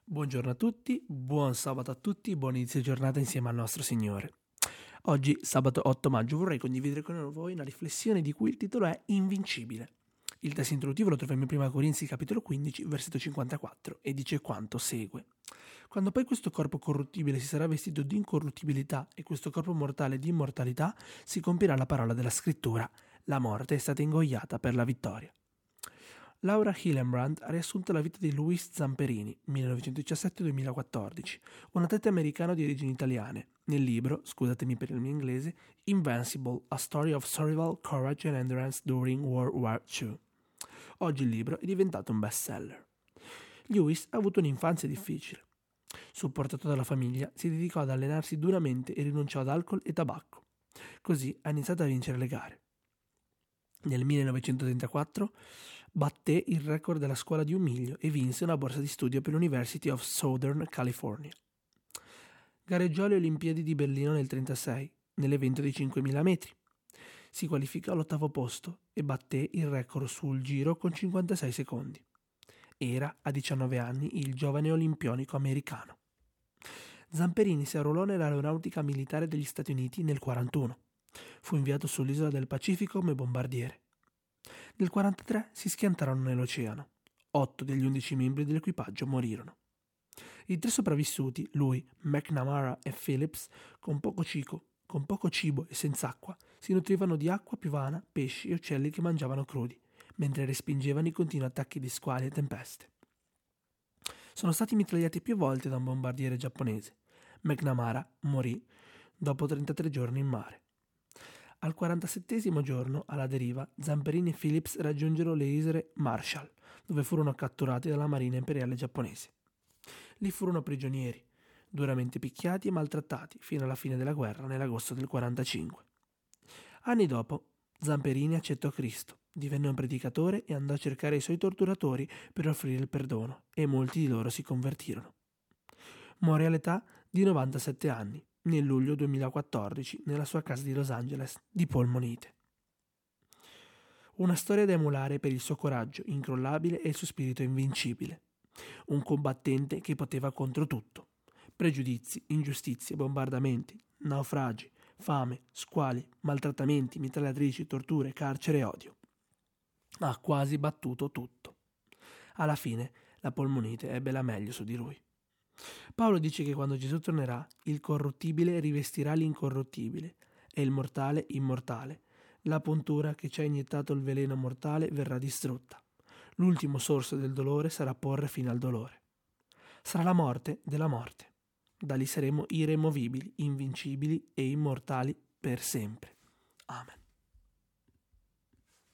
Buongiorno a tutti, buon sabato a tutti, buon inizio giornata insieme al nostro Signore. Oggi, sabato 8 maggio, vorrei condividere con voi una riflessione di cui il titolo è Invincibile. Il testo introduttivo lo troviamo in 1 Corinzi capitolo 15, versetto 54 e dice quanto segue. Quando poi questo corpo corruttibile si sarà vestito di incorruttibilità e questo corpo mortale di immortalità, si compirà la parola della scrittura: la morte è stata ingoiata per la vittoria. Laura Hillenbrand ha riassunto la vita di Luis Zamperini, 1917-2014, un atleta americano di origini italiane, nel libro, scusatemi per il mio inglese, Invincible, A Story of Survival, Courage and Endurance During World War II. Oggi il libro è diventato un bestseller. Lewis ha avuto un'infanzia difficile. Supportato dalla famiglia, si dedicò ad allenarsi duramente e rinunciò ad alcol e tabacco. Così ha iniziato a vincere le gare. Nel 1934 batté il record della scuola di 1 miglio e vinse una borsa di studio per l'University of Southern California. Gareggiò alle Olimpiadi di Berlino nel 1936, nell'evento dei 5.000 metri. Si qualificò all'8° posto e batté il record sul giro con 56 secondi. Era, a 19 anni, il giovane olimpionico americano. Zamperini si arruolò nell'aeronautica militare degli Stati Uniti nel 1941. Fu inviato sull'isola del Pacifico come bombardiere. Nel 1943 si schiantarono nell'oceano. 8 degli 11 membri dell'equipaggio morirono. I 3 sopravvissuti, lui, McNamara e Phillips, con poco cibo e senza acqua, si nutrivano di acqua piovana, pesci e uccelli che mangiavano crudi, mentre respingevano i continui attacchi di squali e tempeste. Sono stati mitragliati più volte da un bombardiere giapponese. McNamara morì dopo 33 giorni in mare. Al 47° giorno, alla deriva, Zamperini e Phillips raggiunsero le isole Marshall, dove furono catturati dalla Marina Imperiale giapponese. Lì furono prigionieri, duramente picchiati e maltrattati fino alla fine della guerra nell'agosto del 1945. Anni dopo, Zamperini accettò Cristo, divenne un predicatore e andò a cercare i suoi torturatori per offrire il perdono, e molti di loro si convertirono. Morì all'età di 97 anni, nel luglio 2014, nella sua casa di Los Angeles, di polmonite. Una storia da emulare per il suo coraggio incrollabile e il suo spirito invincibile. Un combattente che poteva contro tutto: pregiudizi, ingiustizie, bombardamenti, naufragi, fame, squali, maltrattamenti, mitragliatrici, torture, carcere e odio. Ha quasi battuto tutto. Alla fine la polmonite ebbe la meglio su di lui. Paolo dice che quando Gesù tornerà, il corruttibile rivestirà l'incorruttibile e il mortale immortale. La puntura che ci ha iniettato il veleno mortale verrà distrutta. L'ultimo sorso del dolore sarà porre fine al dolore. Sarà la morte della morte. Da lì saremo irremovibili, invincibili e immortali per sempre. Amen.